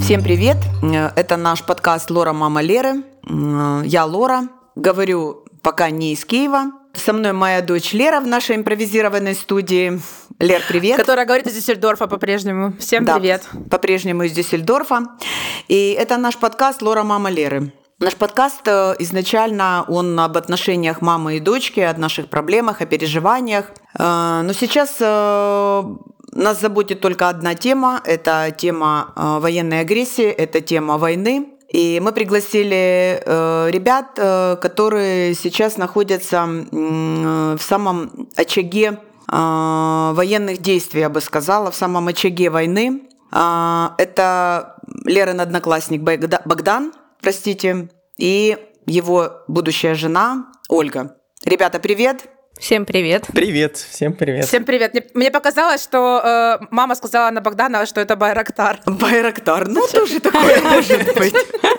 Всем привет! Это наш подкаст «Лора, мама Леры». Я Лора, говорю пока не из Киева. Со мной моя дочь Лера в нашей импровизированной студии. Лер, привет! Которая говорит из Дюссельдорфа по-прежнему. Всем привет! По-прежнему из Дюссельдорфа. И это наш подкаст «Лора, мама Леры». Наш подкаст изначально он об отношениях мамы и дочки, о наших проблемах, о переживаниях. Но сейчас нас заботит только одна тема. Это тема военной агрессии, это тема войны. И мы пригласили ребят, которые сейчас находятся в самом очаге военных действий, я бы сказала, в самом очаге войны. Это Лерин одноклассник Богдан, и его будущая жена Ольга. Ребята, привет! Всем привет. Привет, всем привет. Всем привет. Мне показалось, что мама сказала на Богдана, что это Байрактар. Байрактар, тоже такое может быть.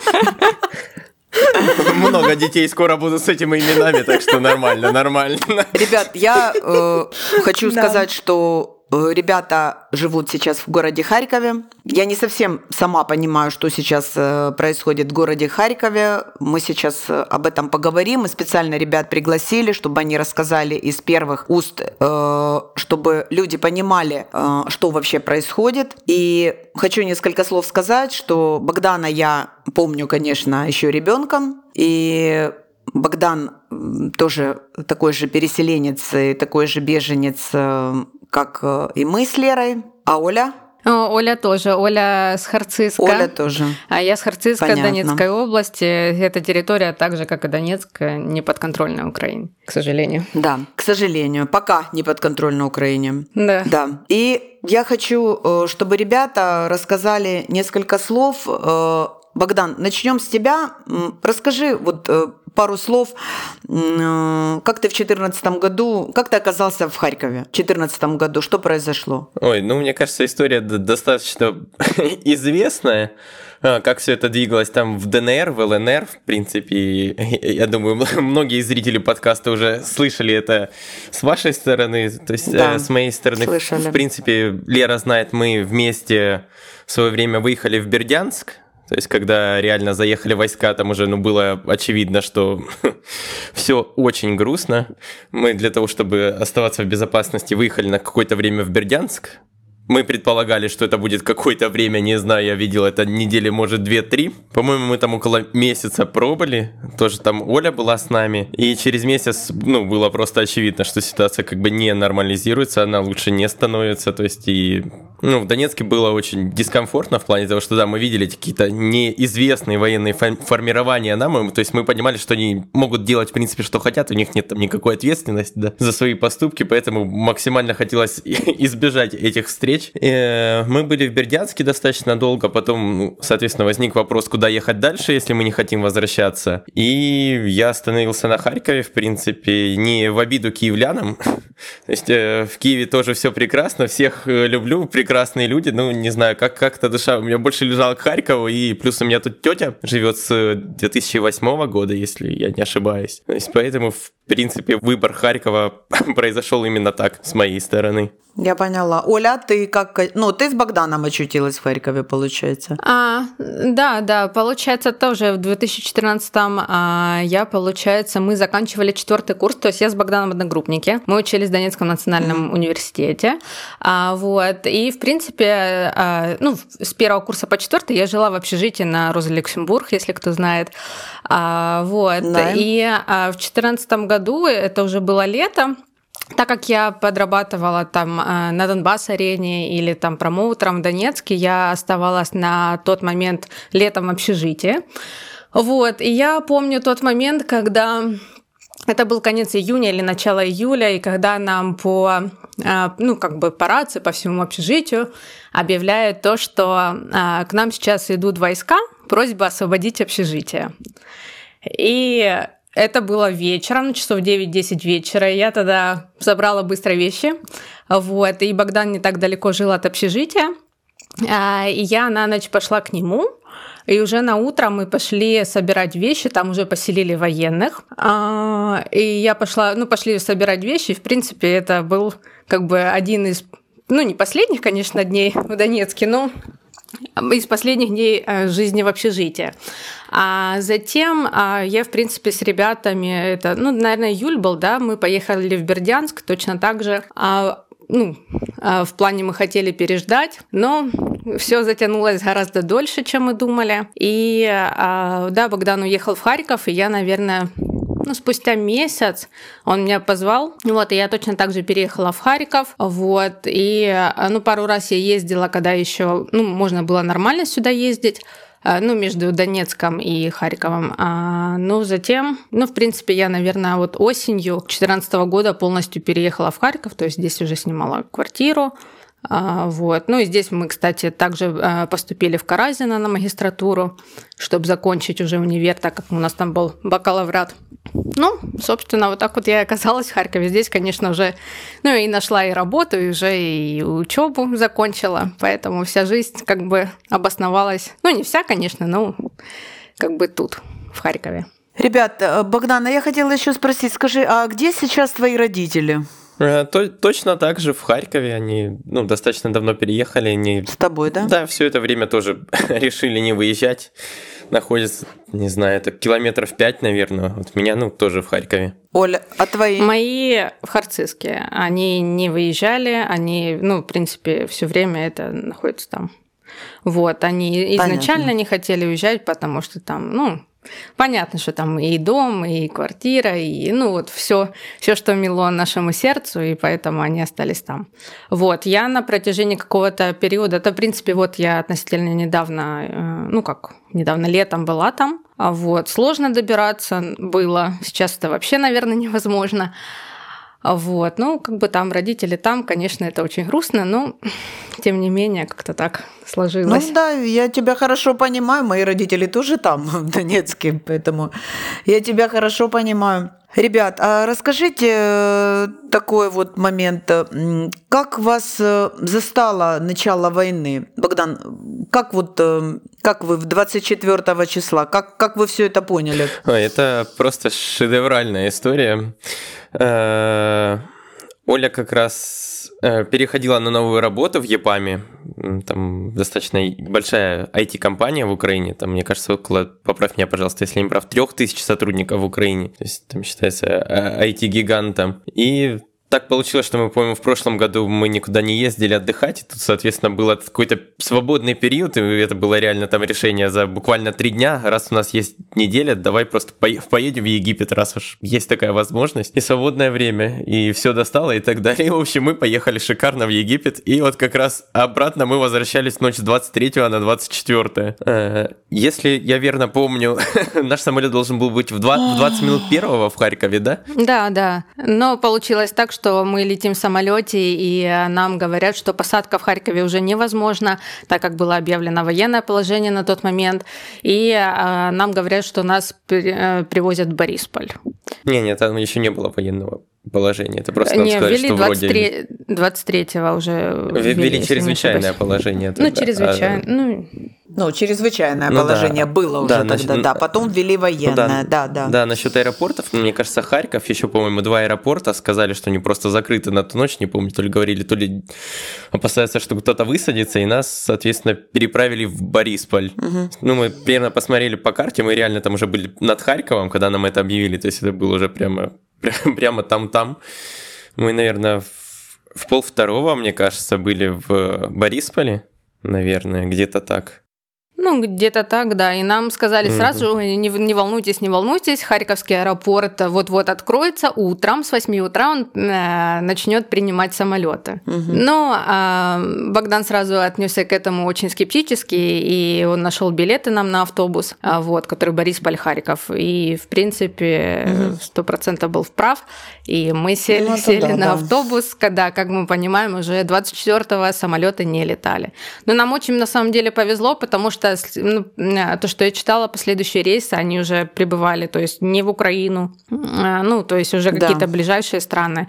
Много детей скоро будут с этими именами, так что нормально. Ребят, я хочу сказать, что ребята живут сейчас в городе Харькове. Я не совсем сама понимаю, что сейчас происходит в городе Харькове. Мы сейчас об этом поговорим. Мы специально ребят пригласили, чтобы они рассказали из первых уст, чтобы люди понимали, что вообще происходит. И хочу несколько слов сказать, что Богдана я помню, конечно, еще ребенком. И Богдан тоже такой же переселенец и такой же беженец, как и мы с Лерой. А Оля? Оля тоже. Оля с Харциска. Оля тоже. А я с Харциска, Понятно. Донецкой области. Эта территория, так же, как и Донецк, не подконтрольна Украине, к сожалению. Да, к сожалению. Пока не подконтрольна Украине. Да. И я хочу, чтобы ребята рассказали несколько слов. Богдан, начнем с тебя. Расскажи пару слов, как ты в 2014 году, как ты оказался в Харькове в 2014 году, что произошло? Мне кажется, история достаточно известная, как все это двигалось там в ДНР, в ЛНР, в принципе. Я думаю, многие зрители подкаста уже слышали это с вашей стороны, то есть с моей стороны. Слышали. В принципе, Лера знает, мы вместе в свое время выехали в Бердянск. То есть, когда реально заехали войска, там уже было очевидно, что все очень грустно. Мы для того, чтобы оставаться в безопасности, выехали на какое-то время в Бердянск. Мы предполагали, что это будет какое-то время, не знаю, я видел это недели, может, 2-3. По-моему, мы там около месяца пробыли. Тоже там Оля была с нами. И через месяц, было просто очевидно, что ситуация как бы не нормализируется, она лучше не становится. То есть, в Донецке было очень дискомфортно в плане того, что, да, мы видели какие-то неизвестные военные формирования нам. То есть, мы понимали, что они могут делать, в принципе, что хотят. У них нет там никакой ответственности за свои поступки. Поэтому максимально хотелось избежать этих встреч. Мы были в Бердянске достаточно долго, потом, соответственно, возник вопрос, куда ехать дальше, если мы не хотим возвращаться. И я остановился на Харькове, в принципе, не в обиду киевлянам. То есть в Киеве тоже все прекрасно, всех люблю, прекрасные люди, не знаю, как-то душа у меня больше лежала к Харькову, и плюс у меня тут тетя живет с 2008 года, если я не ошибаюсь. То есть поэтому, в принципе, выбор Харькова произошел именно так, с моей стороны. Я поняла. Оля, ты как? Ты с Богданом очутилась в Харькове, получается? Да, получается, тоже в 2014-м мы заканчивали 4-й курс, то есть я с Богданом одногруппники. Мы учились в Донецком национальном университете. И, в принципе, с 1-го курса по 4-й я жила в общежитии на Роза Люксембург, если кто знает. Да. И в 2014 году, это уже было лето, так как я подрабатывала там на Донбасс-арене или там промоутером в Донецке, я оставалась на тот момент летом в общежитии. И я помню тот момент, когда это был конец июня или начало июля, и когда нам по рации, по всему общежитию объявляют то, что к нам сейчас идут войска, просьба освободить общежитие. И это было вечером, часов 9-10 вечера. Я тогда забрала быстро вещи. И Богдан не так далеко жил от общежития. И я на ночь пошла к нему. И уже на утро мы пошли собирать вещи, там уже поселили военных. И я пошли собирать вещи. И, в принципе, это был один из, не последних, конечно, дней в Донецке, но из последних дней жизни в общежитии. А затем я, в принципе, с ребятами, это, наверное, июль был, да, мы поехали в Бердянск точно так же. В плане мы хотели переждать, но все затянулось гораздо дольше, чем мы думали. И да, Богдан уехал в Харьков, и я, наверное, спустя месяц он меня позвал, и я точно так же переехала в Харьков, и пару раз я ездила, когда еще можно было нормально сюда ездить, между Донецком и Харьковом. Но затем, в принципе, я, наверное, осенью 2014 года полностью переехала в Харьков, то есть здесь уже снимала квартиру. И здесь мы, кстати, также поступили в Каразино на магистратуру, чтобы закончить уже универ, так как у нас там был бакалавриат. Собственно, так я и оказалась в Харькове. Здесь, конечно, уже, и нашла и работу, и уже и учебу закончила, поэтому вся жизнь как бы обосновалась, не вся, конечно, но как бы тут, в Харькове. Ребят, Богдана, я хотела еще спросить, скажи, а где сейчас твои родители? Точно так же в Харькове. Они достаточно давно переехали. С тобой, да? Да, все это время тоже решили не выезжать. Находятся, не знаю, это километров 5, наверное, от меня, тоже в Харькове. Оля, а твои? Мои в Харциске. Они не выезжали, они, в принципе, все время это находятся там. Они изначально не хотели уезжать, потому что там, понятно, что там и дом, и квартира, и все, что мило нашему сердцу, и поэтому они остались там. Я на протяжении какого-то периода, это, в принципе, я относительно недавно, недавно летом была там, сложно добираться было, сейчас это вообще, наверное, невозможно. Там родители там, конечно, это очень грустно, но тем не менее как-то так сложилось. Да, я тебя хорошо понимаю, мои родители тоже там, в Донецке, поэтому я тебя хорошо понимаю. Ребят, а расскажите такой момент, как вас застало начало войны? Богдан, как вы 24 числа, как вы все это поняли? Это просто шедевральная история. Оля как раз переходила на новую работу в ЕПАМе. Там достаточно большая IT-компания в Украине. Там, мне кажется, около, поправь меня, пожалуйста, если я не прав, 3000 сотрудников в Украине. То есть там считается IT-гигантом. И так получилось, что мы, по-моему, в прошлом году мы никуда не ездили отдыхать, и тут, соответственно, был какой-то свободный период, и это было реально там решение за буквально 3 дня. Раз у нас есть неделя, давай просто поедем в Египет, раз уж есть такая возможность, и свободное время, и все достало, и так далее. И, в общем, мы поехали шикарно в Египет, и как раз обратно мы возвращались в ночь с 23 на 24. Если я верно помню, наш самолет должен был быть в 20 минут первого в Харькове, да? Да. Но получилось так, что мы летим в самолете, и нам говорят, что посадка в Харькове уже невозможна, так как было объявлено военное положение на тот момент, и нам говорят, что нас привозят в Борисполь. Не, там еще не было военного положения. Это просто надо сказать, что вроде... 23-го уже ввели чрезвычайное положение. Чрезвычайное. Чрезвычайное положение было уже тогда, да. Потом ввели военное, да. Да, насчет аэропортов, мне кажется, Харьков, еще, по-моему, 2 аэропорта сказали, что они просто закрыты на ту ночь, не помню, то ли говорили, то ли опасаются, что кто-то высадится, и нас, соответственно, переправили в Борисполь. Угу. Мы примерно посмотрели по карте, мы реально там уже были над Харьковом, когда нам это объявили, то есть это было уже прямо там. Мы, наверное, в 1:30, мне кажется, были в Борисполе, наверное, где-то так. Где-то так, да. И нам сказали сразу, не волнуйтесь, Харьковский аэропорт вот-вот откроется, утром, с 8 утра он начнет принимать самолеты. Но Богдан сразу отнесся к этому очень скептически, и он нашел билеты нам на автобус, который Борисполь-Харьков. И, в принципе, 100% был прав. И мы сели на автобус, когда, как мы понимаем, уже 24-го самолеты не летали. Но нам очень, на самом деле, повезло, потому что то, что я читала, последующие рейсы, они уже прибывали, то есть не в Украину, то есть уже какие-то ближайшие страны.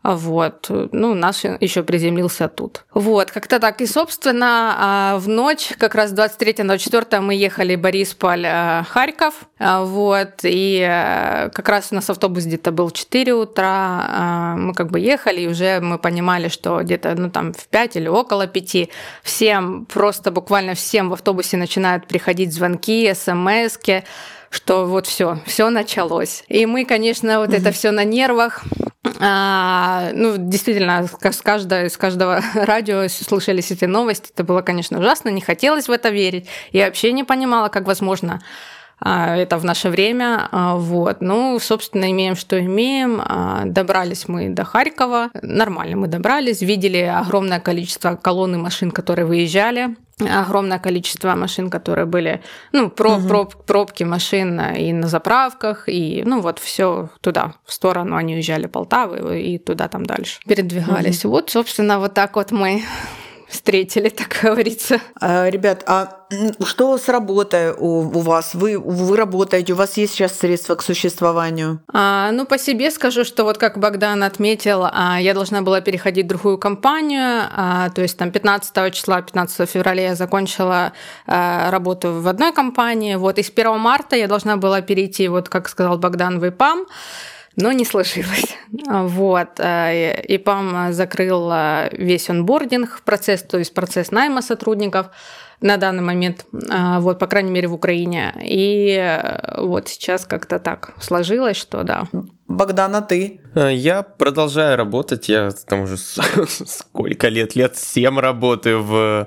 Вот. Ну, наш еще приземлился тут. Вот, как-то так. И, собственно, в ночь, как раз 23 на 24 мы ехали Борисполь, Харьков. Вот. И как раз у нас автобус где-то был в 4 утра. Мы как бы ехали, и уже мы понимали, что где-то в 5 или около 5 всем, просто буквально всем в автобусе начинают приходить звонки, смски, что вот все началось. И мы, конечно, вот это все на нервах. Действительно, с каждого радио слышались эти новости. Это было, конечно, ужасно, не хотелось в это верить. Я вообще не понимала, как возможно это в наше время. Вот. Собственно, имеем, что имеем. Добрались мы до Харькова. Нормально мы добрались. Видели огромное количество колонн и машин, которые выезжали. Огромное количество машин, которые были, пробки машин и на заправках, и, все туда, в сторону они уезжали Полтавы и туда там дальше передвигались. Вот, собственно, вот так вот мы встретили, так говорится. Ребят, что с работой у вас? Вы работаете, у вас есть сейчас средства к существованию? По себе скажу, что вот как Богдан отметил, я должна была переходить в другую компанию, то есть там 15 февраля я закончила работу в одной компании, вот, и с 1 марта я должна была перейти, вот как сказал Богдан, в ИПАМ, но не сложилось. Вот. ИПАМ закрыл весь онбординг процесс, то есть процесс найма сотрудников на данный момент, вот, по крайней мере, в Украине. И вот сейчас как-то так сложилось, что да. Богдан, а ты? Я продолжаю работать. Я там уже сколько лет? Лет 7 работаю в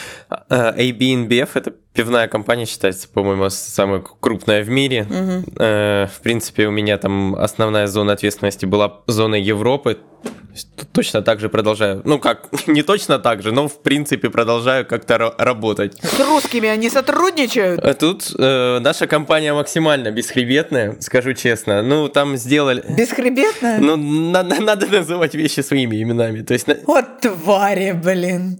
AB InBev. Это пивная компания, считается, по-моему, самая крупная в мире. В принципе, у меня там основная зона ответственности была зона Европы. Точно так же продолжаю. Не точно так же, но в принципе продолжаю как-то работать. С русскими они сотрудничают? Тут наша компания максимально бесхребетная, скажу честно. Там сделали... Бесхребетная? Надо называть вещи своими именами. То есть... Вот твари, блин.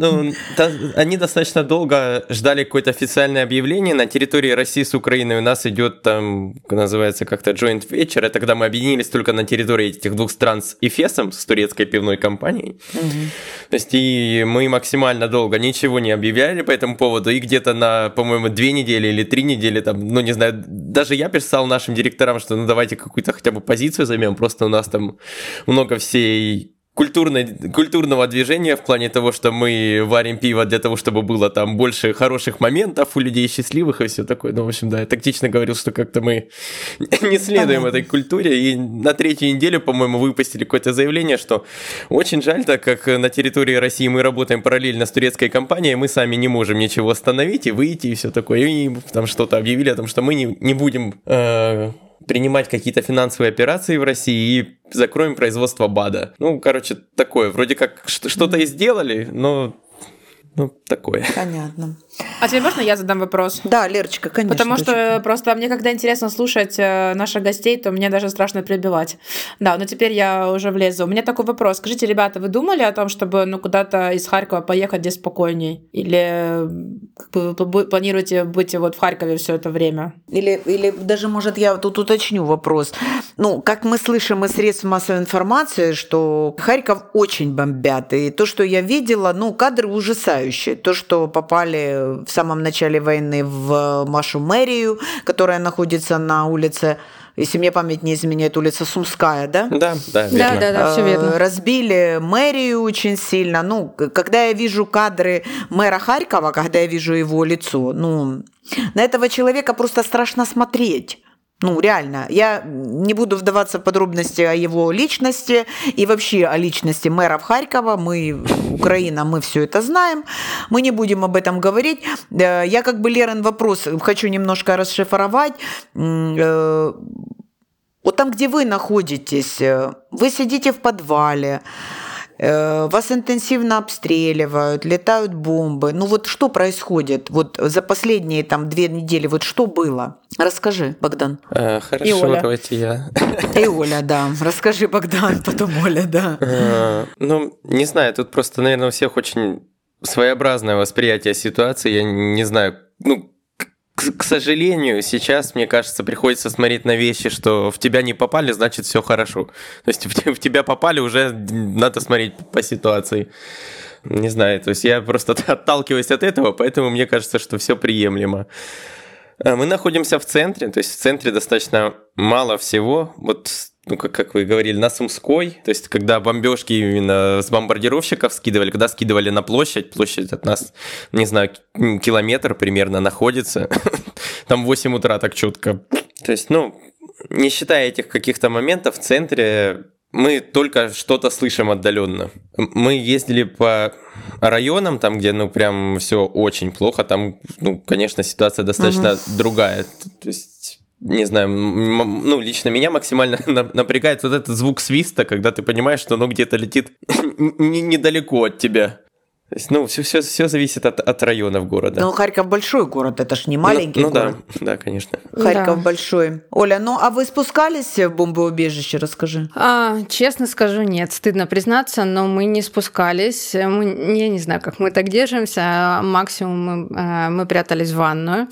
Они достаточно долго ждали какое-то официальное объявление. На территории России с Украиной у нас идет там, называется как-то joint venture. Это когда мы объединились только на территории этих двух стран с ИФЕСом, с турецкой пивной компанией. То есть и мы максимально долго ничего не объявляли по этому поводу. И где-то на, по-моему, 2 недели или 3 недели, там, не знаю, даже я писал нашим директорам, что давайте какую-то хотя бы позицию займем. Просто у нас там много всей культурного движения в плане того, что мы варим пиво для того, чтобы было там больше хороших моментов у людей счастливых и все такое. В общем, да, я тактично говорил, что как-то мы не следуем этой культуре. И на 3-ю неделю, по-моему, выпустили какое-то заявление, что очень жаль, так как на территории России мы работаем параллельно с турецкой компанией, мы сами не можем ничего остановить и выйти и все такое. И там что-то объявили о том, что мы не будем... принимать какие-то финансовые операции в России и закроем производство БАДа. Такое. Вроде как что-то и сделали, но такое. Понятно. А тебе можно я задам вопрос? Да, Лерочка, конечно. Потому что просто мне, когда интересно слушать наших гостей, то мне даже страшно перебивать. Да, но теперь я уже влезу. У меня такой вопрос. Скажите, ребята, вы думали о том, чтобы куда-то из Харькова поехать, где спокойней? Или вы планируете быть вот в Харькове все это время? Или даже, может, я тут уточню вопрос. Как мы слышим из средств массовой информации, что Харьков очень бомбят. И то, что я видела, кадры ужасающие. То, что попали в самом начале войны в нашу мэрию, которая находится на улице, если мне память не изменяет, улица Сумская, да? Да, верно. Да, все верно. Разбили мэрию очень сильно. Когда я вижу кадры мэра Харькова, когда я вижу его лицо, на этого человека просто страшно смотреть. Реально. Я не буду вдаваться в подробности о его личности и вообще о личности мэров Харькова. Мы, Украина, мы все это знаем. Мы не будем об этом говорить. Я Лерин вопрос хочу немножко расшифровать. Вот там, где вы находитесь, вы сидите в подвале, вас интенсивно обстреливают, летают бомбы. Что происходит? За последние 2 недели что было? Расскажи, Богдан. Хорошо, давайте я. И Оля, да. Расскажи, Богдан, потом Оля, да. Не знаю, тут просто, наверное, у всех очень своеобразное восприятие ситуации. Я не знаю, к сожалению, сейчас, мне кажется, приходится смотреть на вещи, что в тебя не попали, значит, все хорошо. То есть в тебя попали, уже надо смотреть по ситуации. Не знаю, то есть я просто отталкиваюсь от этого, поэтому мне кажется, что все приемлемо. Мы находимся в центре, то есть в центре достаточно мало всего. Вот, ну, как вы говорили, на Сумской, то есть когда бомбежки именно с бомбардировщиков скидывали, когда скидывали на площадь от нас, не знаю, километр примерно находится, там в 8 утра так четко. То есть, ну, не считая этих каких-то моментов, в центре мы только что-то слышим отдаленно. Мы ездили по районам, там, где, ну, прям все очень плохо, там, ну, конечно, ситуация достаточно другая. То есть, не знаю, ну, лично меня максимально напрягает вот этот звук свиста, когда ты понимаешь, что оно где-то летит недалеко от тебя. То есть, ну, все зависит от районов города. Ну, Харьков большой город, это ж не маленький город. Да, конечно. Харьков большой. Оля, ну, а вы спускались в бомбоубежище, расскажи. Честно скажу, нет, стыдно признаться, но мы не спускались. Я не знаю, как мы так держимся. Максимум мы прятались в ванную.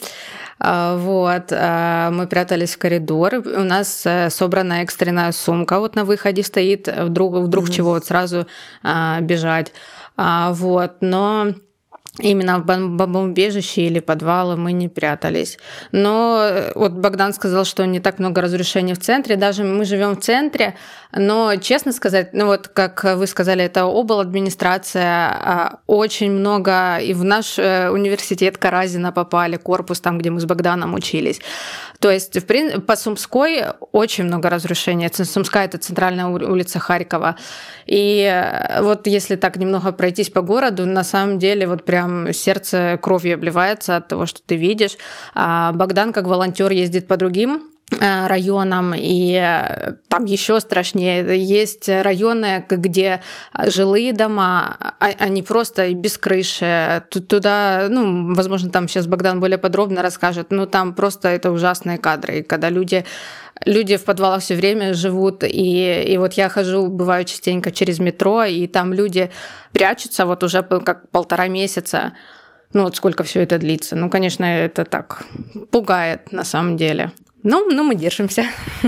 Вот, мы прятались в коридор. У нас собрана экстренная сумка. Вот на выходе стоит, вдруг чего, вот сразу бежать. Вот, но именно в бомбоубежище или подвалы мы не прятались. Но вот Богдан сказал, что не так много разрушений в центре. Даже мы живем в центре, но, честно сказать, ну вот, как вы сказали, это обладминистрация, очень много, и в наш университет Каразина попали, корпус там, где мы с Богданом учились. То есть, по Сумской очень много разрушений. Сумская – это центральная улица Харькова. И вот если так немного пройтись по городу, на самом деле вот прям сердце кровью обливается от того, что ты видишь. Богдан как волонтер ездит по другим районам, и там еще страшнее. Есть районы, где жилые дома, они просто без крыши. Туда, ну, возможно, там сейчас Богдан более подробно расскажет, но там просто это ужасные кадры. И когда люди в подвалах все время живут, и вот я хожу, бываю частенько через метро, и там люди прячутся вот уже как 1,5 месяца. Ну вот сколько все это длится. Ну, конечно, это так пугает на самом деле. Ну, мы держимся.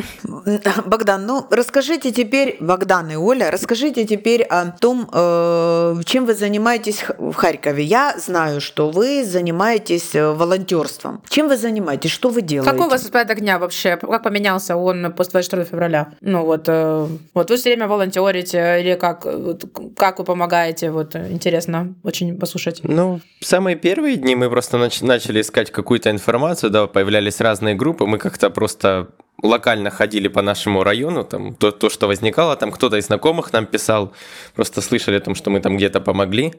Богдан, ну расскажите теперь, Богдан и Оля, расскажите теперь о том, чем вы занимаетесь в Харькове. Я знаю, что вы занимаетесь волонтерством. Чем вы занимаетесь? Что вы делаете? Какой у вас распорядок дня вообще? Как поменялся он после 24 февраля? Ну вот вы все время волонтерите или как вы помогаете? Вот интересно очень послушать. Ну, в самые первые дни мы просто начали искать какую-то информацию, да, появлялись разные группы, мы как-то просто локально ходили по нашему району, там то, что возникало, там кто-то из знакомых нам писал, просто слышали о том, что мы там где-то помогли.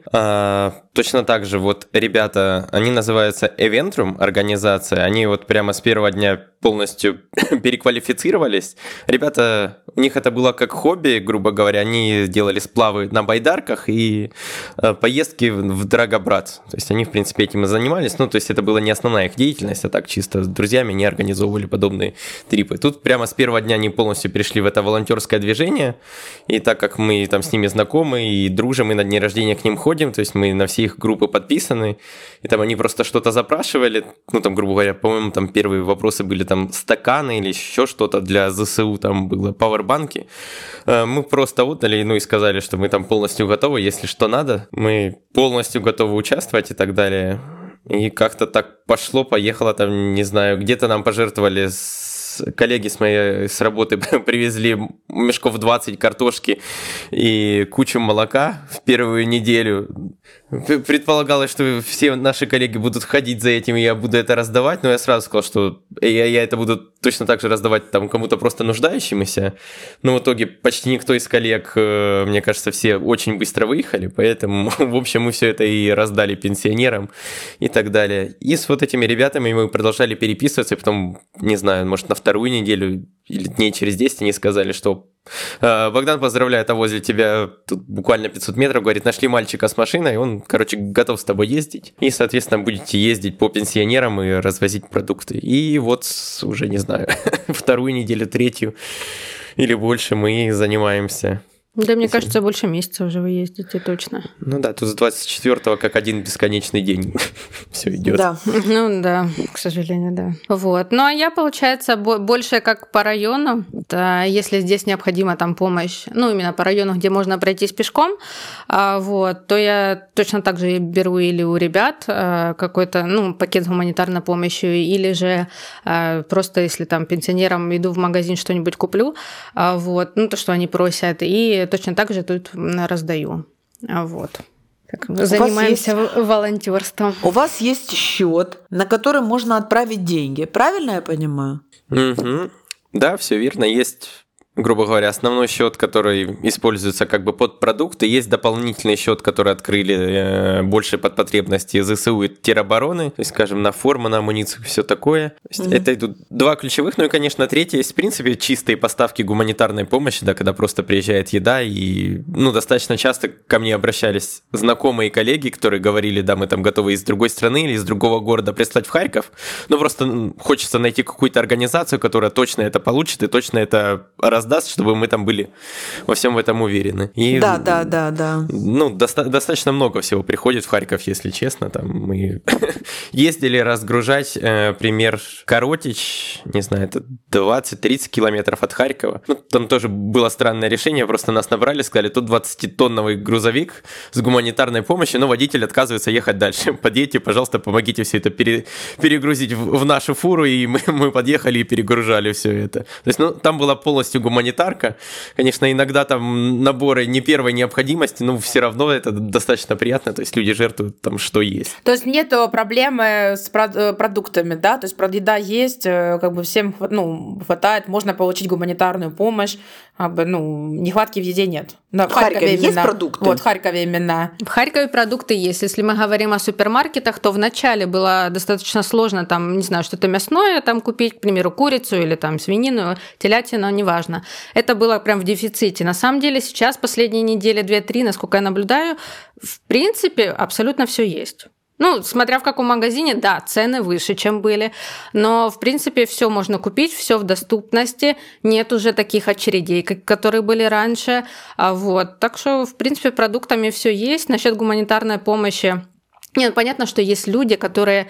Точно так же вот ребята, они называются Eventrum, организация, они вот прямо с первого дня полностью переквалифицировались. Ребята, у них это было как хобби, грубо говоря, они делали сплавы на байдарках и поездки в Драгобрат. То есть они, в принципе, этим и занимались, ну, то есть это была не основная их деятельность, а так чисто с друзьями не организовывали подобные трипы. Тут прямо с первого дня они полностью перешли в это волонтерское движение, и так как мы там с ними знакомы и дружим, и на дни рождения к ним ходим, то есть мы на все их группы подписаны, и там они просто что-то запрашивали, ну, там, грубо говоря, по-моему, там первые вопросы были там стаканы или еще что-то для ЗСУ, там было пауэрбанки. Мы просто отдали, ну, и сказали, что мы там полностью готовы, если что надо, мы полностью готовы участвовать и так далее. И как-то так пошло-поехало, там, не знаю, где-то нам пожертвовали коллеги с работы привезли мешков 20 картошки и кучу молока в первую неделю. Предполагалось, что все наши коллеги будут ходить за этим, и я буду это раздавать, но я сразу сказал, что я это буду точно так же раздавать там кому-то просто нуждающимся. Но в итоге почти никто из коллег, мне кажется, все очень быстро выехали, поэтому, в общем, мы все это и раздали пенсионерам и так далее. И с вот этими ребятами мы продолжали переписываться, и потом, не знаю, может, на вторую неделю или дней через 10 они сказали, что Богдан, поздравляю, а возле тебя тут буквально 500 метров, говорит, нашли мальчика с машиной, он, короче, готов с тобой ездить. И, соответственно, будете ездить по пенсионерам и развозить продукты. И вот уже, не знаю, вторую неделю, третью или больше мы занимаемся Да, мне кажется, больше месяца уже вы ездите, точно. Ну да, тут с 24-го как один бесконечный день все идет. Да. Ну да, к сожалению, да. Вот. Ну а я, получается, больше как по району. Да, если здесь необходима там помощь, ну именно по району, где можно пройтись пешком, вот, то я точно так же беру или у ребят какой-то, ну, пакет гуманитарной помощи, или же просто если там пенсионерам иду в магазин, что-нибудь куплю, вот, ну то, что они просят, и точно так же тут раздаю. Вот. Занимаемся волонтерством. У вас есть счет, на который можно отправить деньги. Правильно я понимаю? Угу. Да, все верно. Есть, грубо говоря, основной счет, который используется как бы под продукты. Есть дополнительный счет, который открыли больше под потребности ЗСУ и теробороны, то есть, скажем, на форму, на амуницию, все такое. То есть это идут два ключевых. Ну и, конечно, третье есть, в принципе, чистые поставки гуманитарной помощи, да, когда просто приезжает еда. И, ну, достаточно часто ко мне обращались знакомые и коллеги, которые говорили, да, мы там готовы из другой страны или из другого города прислать в Харьков, но просто хочется найти какую-то организацию, которая точно это получит и точно это раздаст, чтобы мы там были во всем этом уверены. И, да. Ну, достаточно много всего приходит в Харьков, если честно. Там мы ездили разгружать, пример, Коротич, не знаю, это 20-30 километров от Харькова. Ну, там тоже было странное решение, просто нас набрали, сказали, тут 20-тонновый грузовик с гуманитарной помощью, но водитель отказывается ехать дальше. Подъедьте, пожалуйста, помогите все это перегрузить в нашу фуру, и мы подъехали и перегружали все это. То есть, ну, там была полностью гуманитарка. Конечно, иногда там наборы не первой необходимости, но все равно это достаточно приятно, то есть люди жертвуют там, что есть. То есть нету проблемы с продуктами, да? То есть еда есть, как бы всем хватает, можно получить гуманитарную помощь, как бы, нехватки в еде нет. В Харькове есть продукты? Вот, в Харькове именно. В Харькове продукты есть. Если мы говорим о супермаркетах, то вначале было достаточно сложно там, не знаю, что-то мясное там купить, к примеру, курицу или там свинину, телятину, неважно. Это было прям в дефиците. На самом деле сейчас, последние недели, 2-3, насколько я наблюдаю, в принципе, абсолютно все есть. Ну, смотря в каком магазине, да, цены выше, чем были, но, в принципе, все можно купить, все в доступности, нет уже таких очередей, которые были раньше, вот. Так что, в принципе, продуктами все есть. Насчет гуманитарной помощи. Нет, понятно, что есть люди, которые,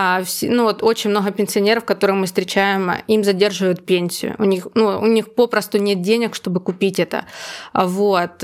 вот очень много пенсионеров, которых мы встречаем, им задерживают пенсию. У них попросту нет денег, чтобы купить это. Вот.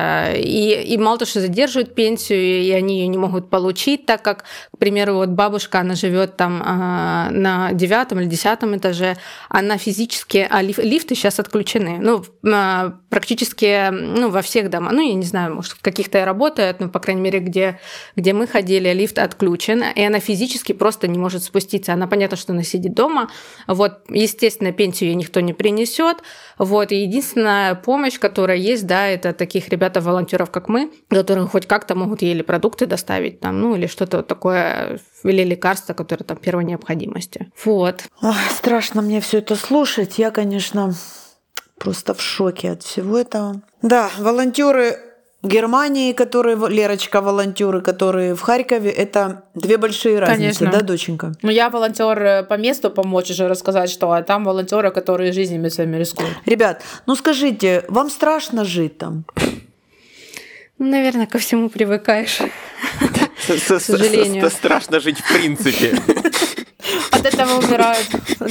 И мало того, что задерживают пенсию, и они ее не могут получить, так как, к примеру, вот бабушка, она живет там на 9 или 10 этаже, она физически, лифты сейчас отключены. Практически во всех домах. Я не знаю, может, в каких-то и работают, но, по крайней мере, где мы ходили, лифт отключен, и она физически просто не может спуститься. Она, понятно, что она сидит дома. Вот, естественно, пенсию ей никто не принесет. Вот, и единственная помощь, которая есть, да, это таких ребят-волонтеров, как мы, которые хоть как-то могут ей или продукты доставить, там, или что-то такое, или лекарства, которые там первой необходимости. Вот. Ой, страшно мне все это слушать. Я, конечно, просто в шоке от всего этого. Да, волонтеры Германии, Лерочка, волонтеры, которые в Харькове, это две большие разницы, конечно. Да, доченька? Я волонтер по месту помочь уже рассказать, что, а там волонтеры, которые жизнями своими рискуют. Ребят, скажите, вам страшно жить там? Наверное, ко всему привыкаешь. К сожалению. Страшно жить в принципе. От этого умирают.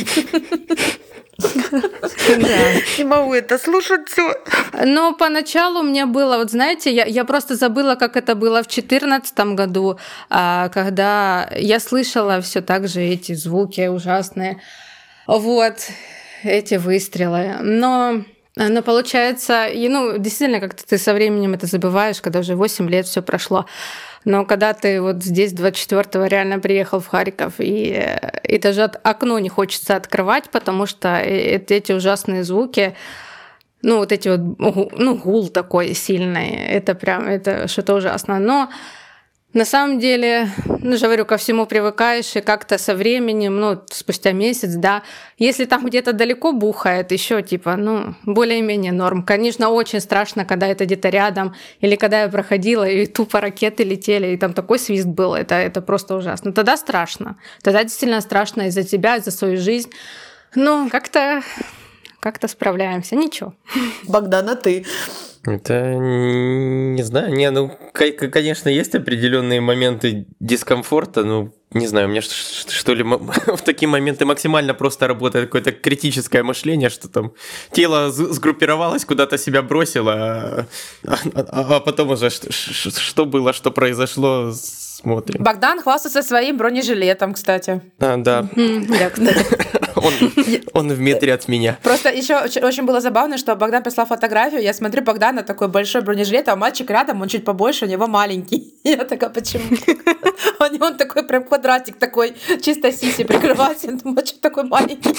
Не могу это слушать все. Но поначалу мне было, вот знаете, я просто забыла, как это было в 2014 году, когда я слышала все так же эти звуки ужасные, вот, эти выстрелы. Но получается, действительно, как-то ты со временем это забываешь, когда уже 8 лет все прошло. Но когда ты вот здесь 24-го реально приехал в Харьков, и даже окно не хочется открывать, потому что эти ужасные звуки, вот эти вот, гул такой сильный, это что-то ужасное. Но на самом деле, же говорю, ко всему привыкаешь, и как-то со временем, спустя месяц, да, если там где-то далеко бухает, еще более-менее норм. Конечно, очень страшно, когда это где-то рядом, или когда я проходила, и тупо ракеты летели, и там такой свист был, это просто ужасно. Тогда страшно. Тогда действительно страшно и за тебя, и за свою жизнь. Но как-то как-то справляемся. Ничего. Богдан, а ты? Это не знаю. Конечно, есть определенные моменты дискомфорта, не знаю, у меня что ли в такие моменты максимально просто работает какое-то критическое мышление, что там тело сгруппировалось, куда-то себя бросило, а потом уже что было, что произошло, смотрим. Богдан хвастается своим бронежилетом, кстати. Да. Да, кстати. Он в метре от меня. Просто еще очень было забавно, что Богдан прислал фотографию, я смотрю, Богдана такой большой бронежилет, а мальчик рядом, он чуть побольше, у него маленький. Я такая, почему? Он такой прям квадратик такой, чисто сиси прикрывать, я думаю, что такой маленький.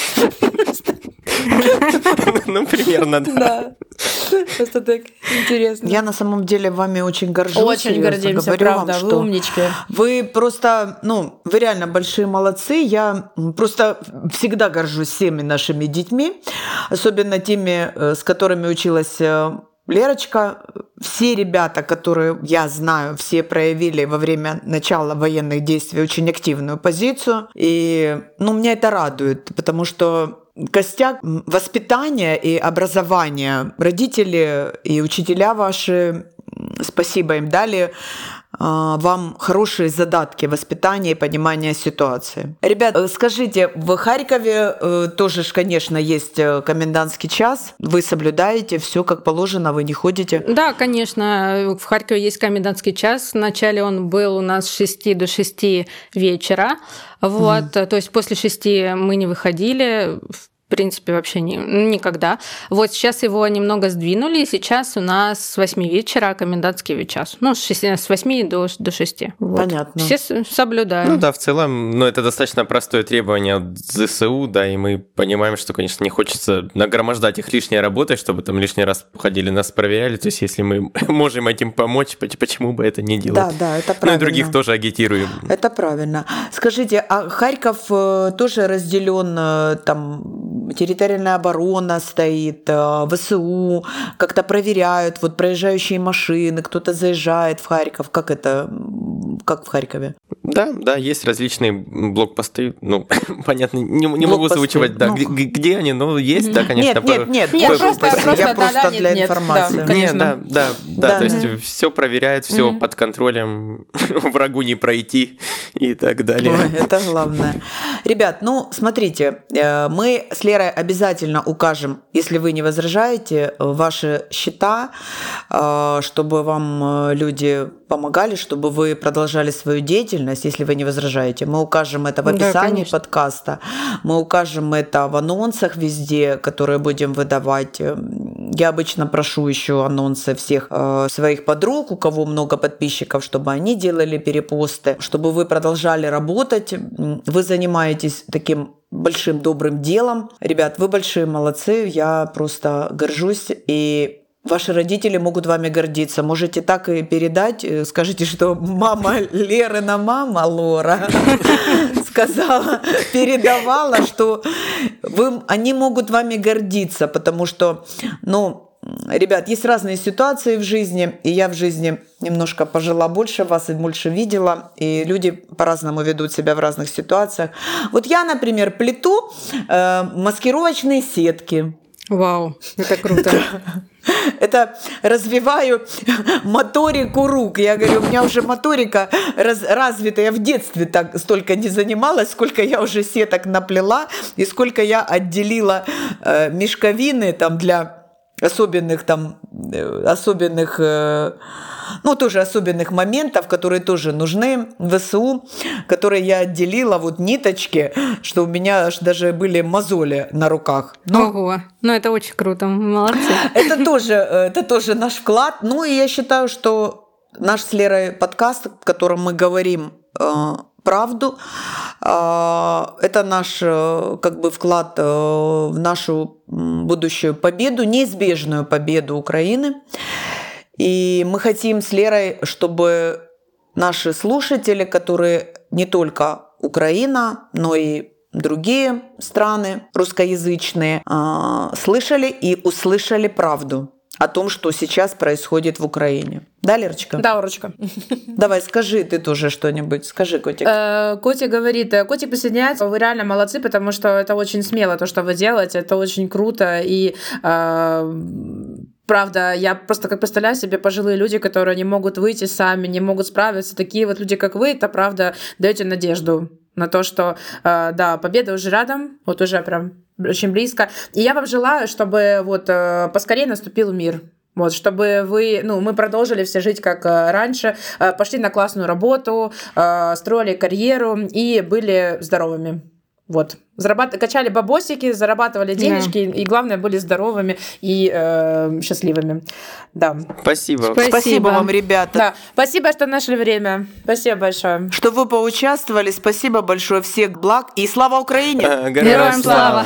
Примерно, да. Да. Просто так интересно. Я на самом деле вами очень горжусь. Очень гордимся, правда, вы умнички. Вы просто, вы реально большие молодцы. Я просто всегда горжусь всеми нашими детьми, особенно теми, с которыми училась Лерочка. Все ребята, которые я знаю, все проявили во время начала военных действий очень активную позицию. И меня это радует, потому что костяк воспитания и образования родители и учителя ваши, спасибо им, дали вам хорошие задатки воспитания и понимания ситуации. Ребят, скажите, в Харькове тоже, конечно, есть комендантский час. Вы соблюдаете все как положено, вы не ходите? Да, конечно. В Харькове есть комендантский час. Вначале он был у нас с 6 до 6 вечера. Вот. То есть после 6 мы не выходили. В принципе, вообще никогда. Вот сейчас его немного сдвинули, и сейчас у нас с 8 вечера комендантский час. С 8 до 6. Вот. Понятно. Все соблюдаем. В целом, это достаточно простое требование от ЗСУ, да, и мы понимаем, что, конечно, не хочется нагромождать их лишней работой, чтобы там лишний раз ходили, нас проверяли. То есть, если мы можем этим помочь, почему бы это не делать? Да, это правильно. И других тоже агитируем. Это правильно. Скажите, а Харьков тоже разделен там территориальная оборона стоит, ВСУ как-то проверяют, проезжающие машины, кто-то заезжает в Харьков. Как в Харькове? Да, есть различные блокпосты. Понятно, не могу озвучивать, да, где они, но есть, да, конечно. Нет, я просто для информации. Да, то есть все проверяют, все под контролем, врагу не пройти и так далее. Это главное. Ребят, смотрите, мы с Лерой обязательно укажем, если вы не возражаете, ваши счета, чтобы вам люди помогали, чтобы вы продолжали свою деятельность, если вы не возражаете. Мы укажем это в описании подкаста, мы укажем это в анонсах везде, которые будем выдавать. Я обычно прошу еще анонсы всех своих подруг, у кого много подписчиков, чтобы они делали перепосты, чтобы вы продолжали работать. Вы занимаетесь таким большим добрым делом. Ребят, вы большие молодцы, я просто горжусь, и ваши родители могут вами гордиться. Можете так и передать. Скажите, что мама Лерина мама Лора сказала, передавала, что они могут вами гордиться, потому что, ребят, есть разные ситуации в жизни, и я в жизни немножко пожила больше вас и больше видела, и люди по-разному ведут себя в разных ситуациях. Я, например, плету маскировочные сетки. Вау, это круто. Это развиваю моторику рук. Я говорю, у меня уже моторика развита. Я в детстве столько не занималась, сколько я уже сеток наплела, и сколько я отделила мешковины для особенных тоже особенных моментов, которые тоже нужны в ВСУ, которые я отделила, ниточки, что у меня аж даже были мозоли на руках. Ого, это очень круто, молодцы. Это тоже наш вклад. И я считаю, что наш с Лерой подкаст, в котором мы говорим правду, это наш вклад в нашу будущую победу, неизбежную победу Украины. И мы хотим с Лерой, чтобы наши слушатели, которые не только Украина, но и другие страны русскоязычные, слышали и услышали правду о том, что сейчас происходит в Украине. Да, Лерочка? Да, Орочка. Давай, скажи ты тоже что-нибудь. Скажи, Котик. Котик говорит, Котик присоединяется, вы реально молодцы, потому что это очень смело, то, что вы делаете, это очень круто, и правда, я просто как представляю себе пожилые люди, которые не могут выйти сами, не могут справиться, такие вот люди, как вы, это правда даете надежду на то, что да, победа уже рядом, вот уже прям очень близко. И я вам желаю, чтобы вот поскорее наступил мир. Вот, чтобы мы продолжили все жить как раньше, пошли на классную работу, строили карьеру и были здоровыми. Вот. Качали бабосики, зарабатывали денежки, и главное, были здоровыми и счастливыми. Да. Спасибо. Спасибо вам, ребята. Да. Спасибо, что нашли время. Спасибо большое. Что вы поучаствовали. Спасибо большое. Всех благ. И слава Украине! Героям слава!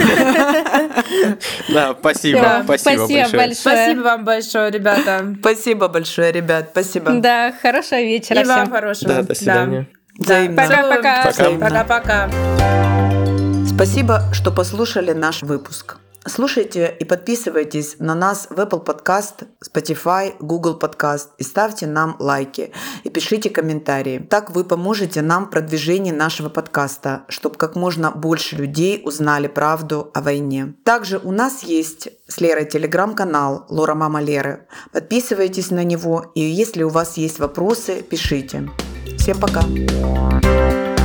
Да, спасибо. Спасибо большое. Спасибо вам большое, ребята. Спасибо большое, ребят. Спасибо. Да, хорошего вечера И всем. вам хорошего. Да, до свидания. Взаимно. Пока-пока. Пока-пока. Спасибо, что послушали наш выпуск. Слушайте и подписывайтесь на нас в Apple Podcast, Spotify, Google Podcast и ставьте нам лайки и пишите комментарии. Так вы поможете нам в продвижении нашего подкаста, чтобы как можно больше людей узнали правду о войне. Также у нас есть с Лерой телеграм-канал «Лора Мама Леры». Подписывайтесь на него, и если у вас есть вопросы, пишите. Всем пока!